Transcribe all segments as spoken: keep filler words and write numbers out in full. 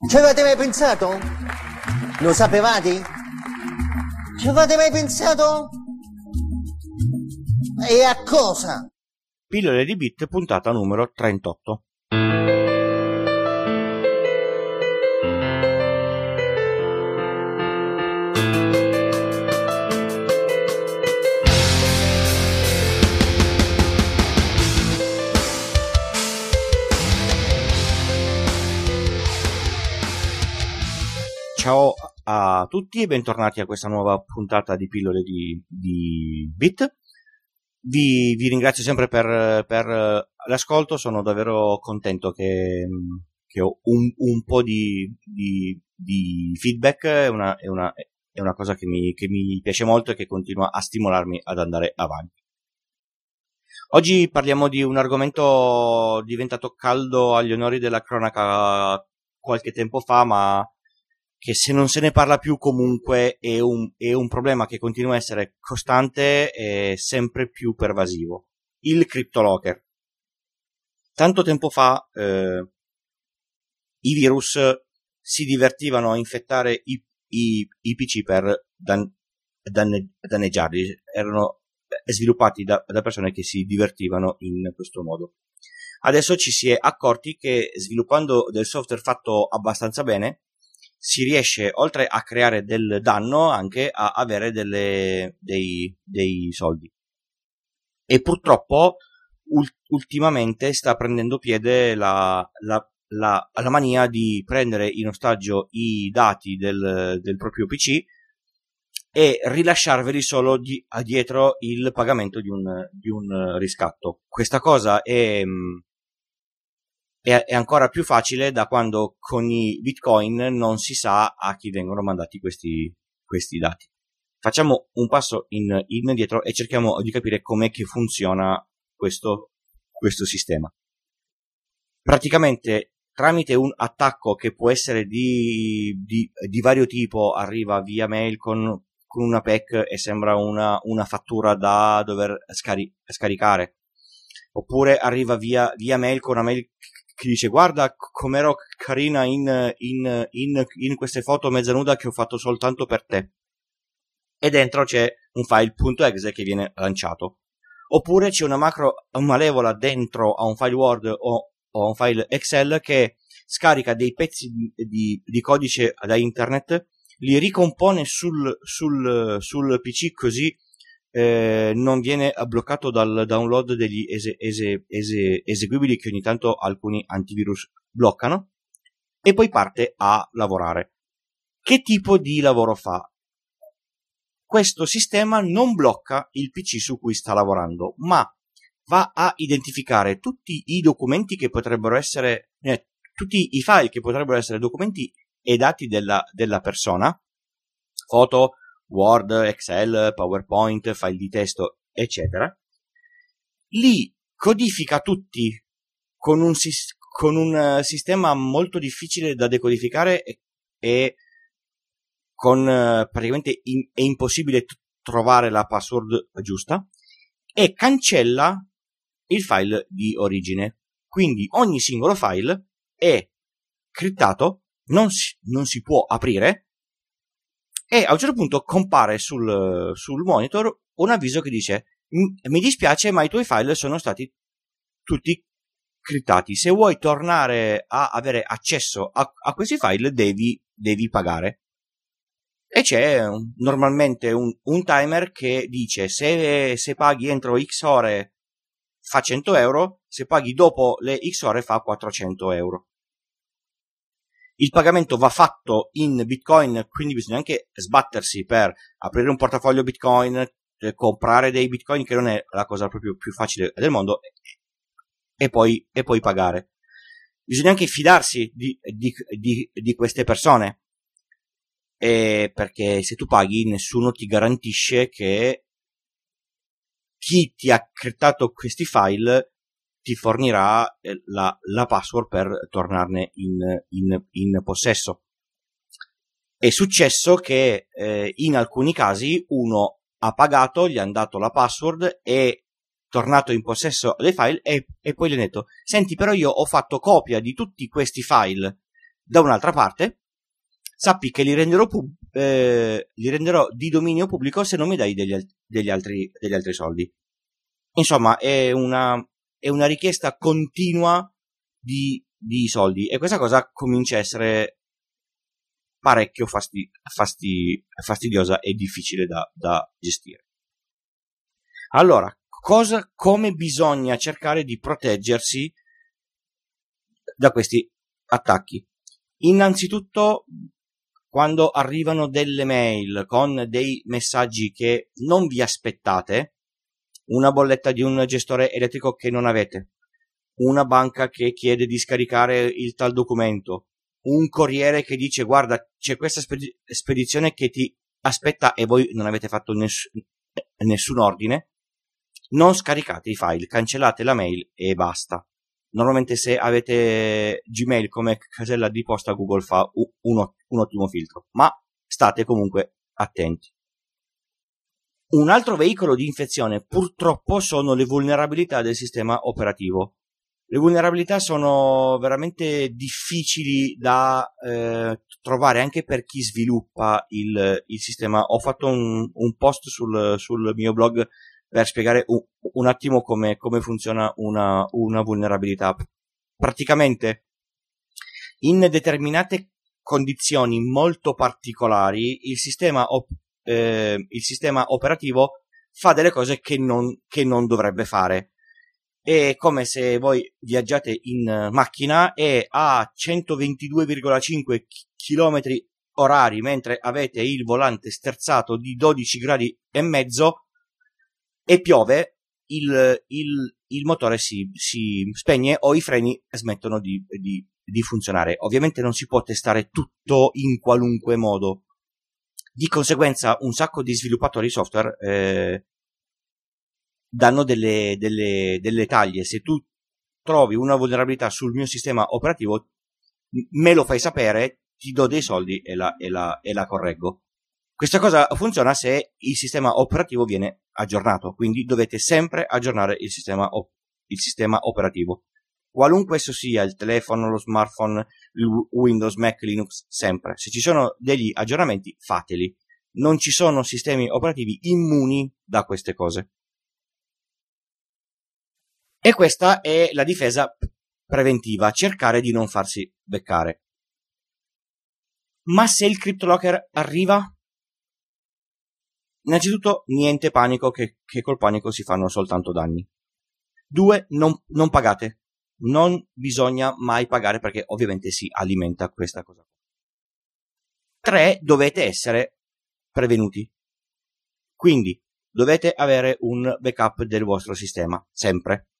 Ci avete mai pensato? Lo sapevate? Ci avete mai pensato? E a cosa? Pillole di Bit, puntata numero trentotto. Ciao a tutti e bentornati a questa nuova puntata di Pillole di, di Bit. Vi, vi ringrazio sempre per, per l'ascolto, sono davvero contento che, che ho un, un po' di, di, di feedback, è una, è, una, è una cosa che mi, che mi piace molto e che continua a stimolarmi ad andare avanti. Oggi parliamo di un argomento diventato caldo agli onori della cronaca qualche tempo fa, ma che se non se ne parla più comunque è un, è un problema che continua a essere costante e sempre più pervasivo. Il CryptoLocker. Tanto tempo fa eh, i virus si divertivano a infettare i, i, i P C per dan, danne, danneggiarli. Erano sviluppati da, da persone che si divertivano in questo modo. Adesso ci si è accorti che sviluppando del software fatto abbastanza bene si riesce, oltre a creare del danno, anche a avere delle, dei, dei soldi. E purtroppo ult- ultimamente sta prendendo piede la, la, la, la mania di prendere in ostaggio i dati del, del proprio P C e rilasciarveli solo di, dietro il pagamento di un, di un riscatto. Questa cosa è... è ancora più facile da quando con i bitcoin non si sa a chi vengono mandati questi, questi dati. Facciamo un passo in, indietro e cerchiamo di capire com'è che funziona questo, questo sistema. Praticamente tramite un attacco che può essere di, di, di vario tipo, arriva via mail con, con una P E C e sembra una, una fattura da dover scari, scaricare, oppure arriva via, via mail con una mail che dice guarda com'ero carina in, in, in, in queste foto mezza nuda che ho fatto soltanto per te, e dentro c'è un file .exe che viene lanciato, oppure c'è una macro malevola dentro a un file Word o, o a un file Excel che scarica dei pezzi di, di, di codice da internet, li ricompone sul, sul, sul P C così Eh, non viene bloccato dal download degli ese, ese, ese, eseguibili che ogni tanto alcuni antivirus bloccano, e poi parte a lavorare. Che tipo di lavoro fa? Questo sistema non blocca il P C su cui sta lavorando, ma va a identificare tutti i documenti che potrebbero essere, eh, tutti i file che potrebbero essere documenti e dati della, della persona, foto, Word, Excel, PowerPoint, file di testo, eccetera. Li codifica tutti con un, con un sistema molto difficile da decodificare e, e con praticamente in, è impossibile t- trovare la password giusta, e cancella il file di origine. Quindi ogni singolo file è criptato, non si, non si può aprire, e a un certo punto compare sul, sul monitor un avviso che dice mi dispiace ma i tuoi file sono stati tutti criptati, se vuoi tornare a avere accesso a, a questi file devi, devi pagare. E c'è un, normalmente un, un timer che dice se, se paghi entro X ore fa cento euro, se paghi dopo le X ore fa quattrocento euro. Il pagamento va fatto in Bitcoin, quindi bisogna anche sbattersi per aprire un portafoglio Bitcoin, eh, comprare dei Bitcoin, che non è la cosa proprio più facile del mondo, e poi, e poi pagare. Bisogna anche fidarsi di, di, di, di queste persone, e perché se tu paghi nessuno ti garantisce che chi ti ha criptato questi file ti fornirà la, la password per tornarne in, in, in possesso. È successo che eh, in alcuni casi uno ha pagato, gli hanno dato la password, è tornato in possesso dei file e, e poi gli ha detto senti però io ho fatto copia di tutti questi file Da un'altra parte, sappi che li renderò, pub- eh, li renderò di dominio pubblico se non mi dai degli, degli, altri, degli altri soldi. Insomma, è una, è una richiesta continua di, di soldi, e questa cosa comincia a essere parecchio fasti, fasti, fastidiosa e difficile da, da gestire. Allora, cosa, come bisogna cercare di proteggersi da questi attacchi? Innanzitutto, quando arrivano delle mail con dei messaggi che non vi aspettate, una bolletta di un gestore elettrico che non avete, una banca che chiede di scaricare il tal documento, un corriere che dice guarda c'è questa spedi- spedizione che ti aspetta e voi non avete fatto ness- nessun ordine, non scaricate i file, cancellate la mail e basta. Normalmente se avete Gmail come casella di posta, Google fa un, un ottimo filtro, ma state comunque attenti. Un altro veicolo di infezione purtroppo sono le vulnerabilità del sistema operativo. Le vulnerabilità sono veramente difficili da eh, trovare anche per chi sviluppa il, il sistema. Ho fatto un, un post sul, sul mio blog per spiegare un, un attimo come, come funziona una, una vulnerabilità. Praticamente, in determinate condizioni molto particolari, il sistema, op, eh, il sistema operativo fa delle cose che non, che non dovrebbe fare. È come se voi viaggiate in macchina e a centoventidue virgola cinque chilometri orari, mentre avete il volante sterzato di dodici gradi e mezzo e piove, il, il, il motore si, si spegne o i freni smettono di, di, di funzionare. Ovviamente non si può testare tutto in qualunque modo. Di conseguenza un sacco di sviluppatori software eh, danno delle, delle, delle taglie. Se tu trovi una vulnerabilità sul mio sistema operativo, me lo fai sapere, ti do dei soldi e la, e la, e la correggo. Questa cosa funziona se il sistema operativo viene aggiornato, quindi dovete sempre aggiornare il sistema, op- il sistema operativo. Qualunque esso sia, il telefono, lo smartphone, il Windows, Mac, Linux, sempre. Se ci sono degli aggiornamenti, fateli. Non ci sono sistemi operativi immuni da queste cose. E questa è la difesa preventiva, cercare di non farsi beccare. Ma se il CryptoLocker arriva? Innanzitutto, niente panico, che, che col panico si fanno soltanto danni. Due, non, non pagate. Non bisogna mai pagare perché ovviamente si alimenta questa cosa. Tre, dovete essere prevenuti. Quindi, dovete avere un backup del vostro sistema, sempre.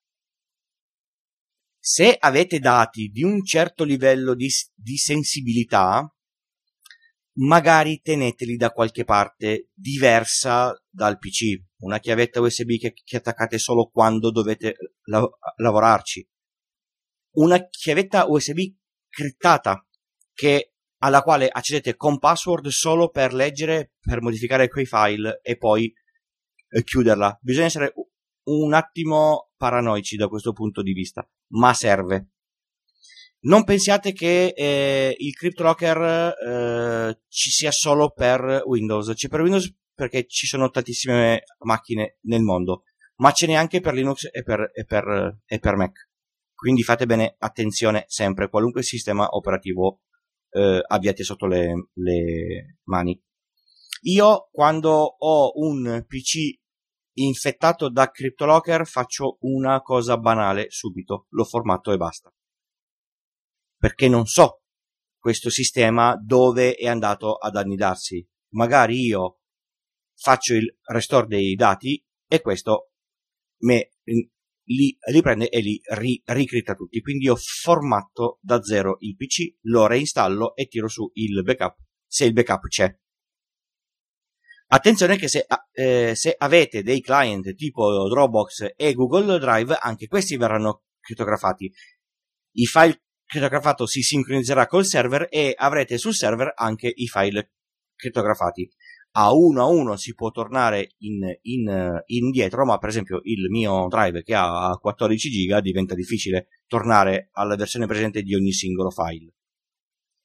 Se avete dati di un certo livello di, di sensibilità, magari teneteli da qualche parte diversa dal P C, una chiavetta U S B che, che attaccate solo quando dovete la, lavorarci, una chiavetta U S B criptata che, alla quale accedete con password solo per leggere, per modificare quei file e poi eh, chiuderla. Bisogna essere un attimo paranoici da questo punto di vista, ma serve. Non pensiate che eh, il CryptoLocker eh, ci sia solo per Windows. C'è per Windows perché ci sono tantissime macchine nel mondo, ma ce n'è anche per Linux e per, e per, e per Mac. Quindi fate bene attenzione sempre, qualunque sistema operativo eh, abbiate sotto le, le mani. Io, quando ho un P C infettato da CryptoLocker, faccio una cosa banale subito, lo formatto e basta. Perché non so questo sistema dove è andato ad annidarsi. Magari io faccio il restore dei dati e questo me li riprende e li ri- ricritta tutti. Quindi io formatto da zero il P C, lo reinstallo e tiro su il backup, se il backup c'è. Attenzione che se, eh, se avete dei client tipo Dropbox e Google Drive, anche questi verranno crittografati. I file crittografato si sincronizzerà col server e avrete sul server anche i file crittografati. A uno a uno si può tornare in, in, indietro, ma per esempio il mio drive che ha quattordici giga diventa difficile tornare alla versione precedente di ogni singolo file.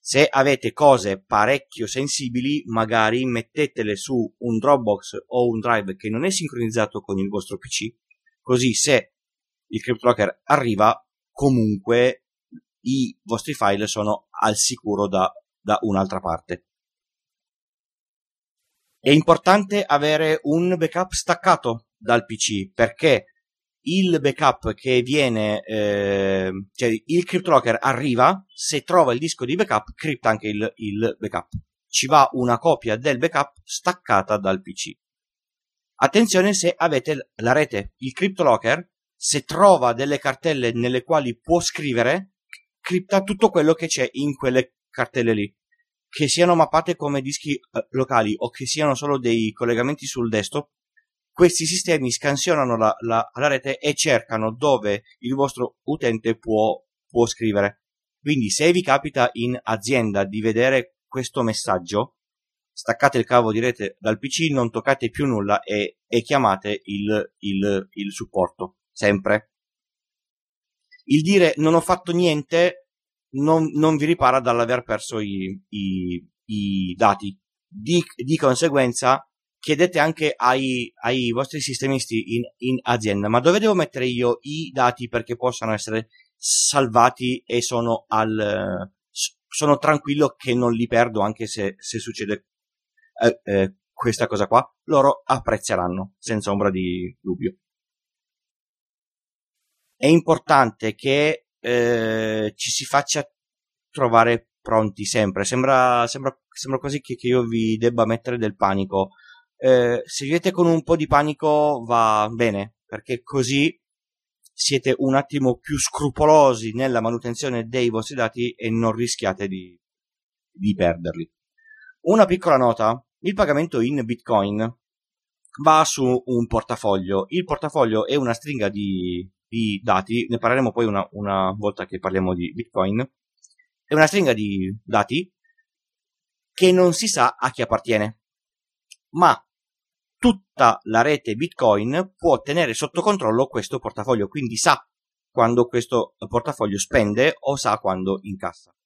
Se avete cose parecchio sensibili, magari mettetele su un Dropbox o un Drive che non è sincronizzato con il vostro P C, così se il CryptoLocker arriva, comunque i vostri file sono al sicuro da, da un'altra parte. È importante avere un backup staccato dal P C, perché il backup che viene, eh, cioè il CryptoLocker arriva, se trova il disco di backup, cripta anche il, il backup. Ci va una copia del backup staccata dal P C. Attenzione se avete la rete. Il CryptoLocker, se trova delle cartelle nelle quali può scrivere, cripta tutto quello che c'è in quelle cartelle lì. Che siano mappate come dischi eh, locali o che siano solo dei collegamenti sul desktop, questi sistemi scansionano la, la, la rete e cercano dove il vostro utente può, può scrivere. Quindi se vi capita in azienda di vedere questo messaggio, staccate il cavo di rete dal P C, non toccate più nulla e, e chiamate il, il, il supporto, sempre. Il dire non ho fatto niente non, non vi ripara dall'aver perso i, i, i dati. Di, di conseguenza chiedete anche ai, ai vostri sistemisti in, in azienda: ma dove devo mettere io i dati perché possano essere salvati e sono al sono tranquillo che non li perdo anche se, se succede eh, eh, questa cosa qua? Loro apprezzeranno senza ombra di dubbio. È importante che eh, ci si faccia trovare pronti sempre. Sembra, sembra, sembra quasi che, che io vi debba mettere del panico. Eh, se vivete con un po' di panico va bene, perché così siete un attimo più scrupolosi nella manutenzione dei vostri dati e non rischiate di, di perderli. Una piccola nota: il pagamento in Bitcoin va su un portafoglio. Il portafoglio è una stringa di, di dati, ne parleremo poi una, una volta che parliamo di Bitcoin. È una stringa di dati che non si sa a chi appartiene, ma tutta la rete Bitcoin può tenere sotto controllo questo portafoglio, quindi sa quando questo portafoglio spende o sa quando incassa.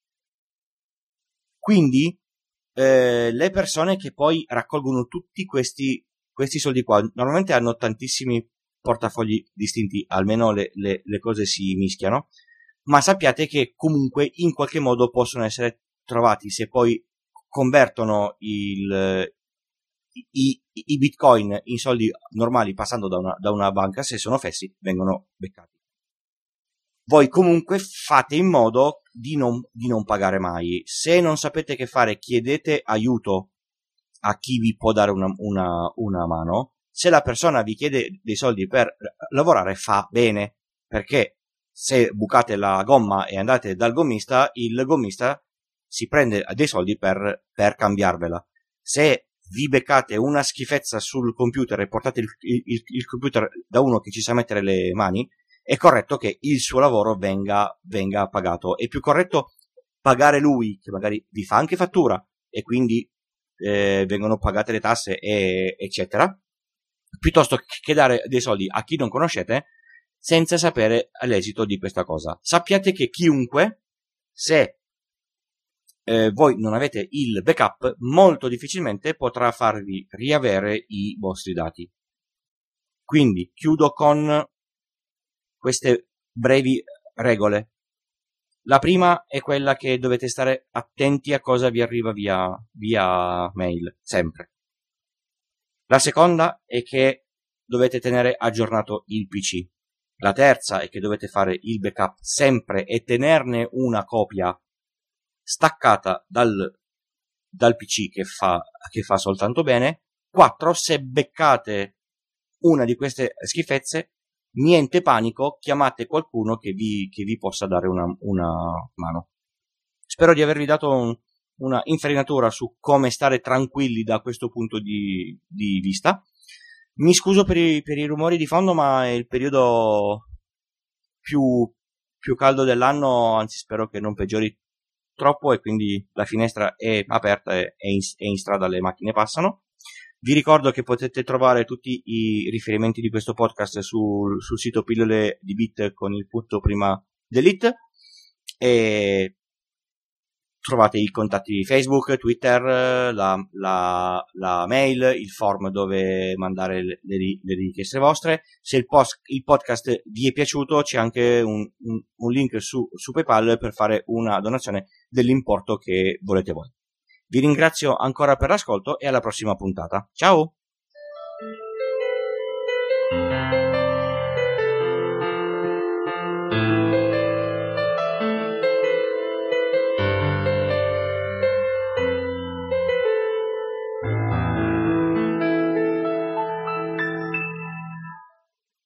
Quindi eh, le persone che poi raccolgono tutti questi, questi soldi qua normalmente hanno tantissimi portafogli distinti, almeno le, le, le cose si mischiano, ma sappiate che comunque in qualche modo possono essere trovati. Se poi convertono il I, i bitcoin in soldi normali passando da una, da una banca, se sono fessi vengono beccati. Voi comunque fate in modo di non, di non pagare mai. Se non sapete che fare, chiedete aiuto a chi vi può dare una, una, una mano. Se la persona vi chiede dei soldi per lavorare, fa bene, perché se bucate la gomma e andate dal gommista, il gommista si prende dei soldi per, per cambiarvela. Se vi beccate una schifezza sul computer e portate il, il, il computer da uno che ci sa mettere le mani, è corretto che il suo lavoro venga, venga pagato. È più corretto pagare lui, che magari vi fa anche fattura e quindi eh, vengono pagate le tasse e, eccetera, piuttosto che dare dei soldi a chi non conoscete senza sapere l'esito di questa cosa. Sappiate che chiunque, se Eh, voi non avete il backup, molto difficilmente potrà farvi riavere i vostri dati. Quindi chiudo con queste brevi regole. La prima è quella che dovete stare attenti a cosa vi arriva via, via mail, sempre. La seconda è che dovete tenere aggiornato il P C. La terza è che dovete fare il backup sempre e tenerne una copia staccata dal, dal P C che fa, che fa soltanto bene. quattro. Se beccate una di queste schifezze, niente panico, chiamate qualcuno che vi, che vi possa dare una, una mano. Spero di avervi dato un, una infarinatura su come stare tranquilli da questo punto di, di vista. Mi scuso per i, per i rumori di fondo, ma è il periodo più, più caldo dell'anno, anzi spero che non peggiori troppo, e quindi la finestra è aperta e è in, è in strada, le macchine passano. Vi ricordo che potete trovare tutti i riferimenti di questo podcast sul, sul sito Pillole di Bit con il punto prima delete, e trovate i contatti Facebook, Twitter, la, la, la mail, il form dove mandare le, le richieste vostre. Se il, post, il podcast vi è piaciuto, c'è anche un, un, un link su, su PayPal per fare una donazione dell'importo che volete voi. Vi ringrazio ancora per l'ascolto e alla prossima puntata. Ciao!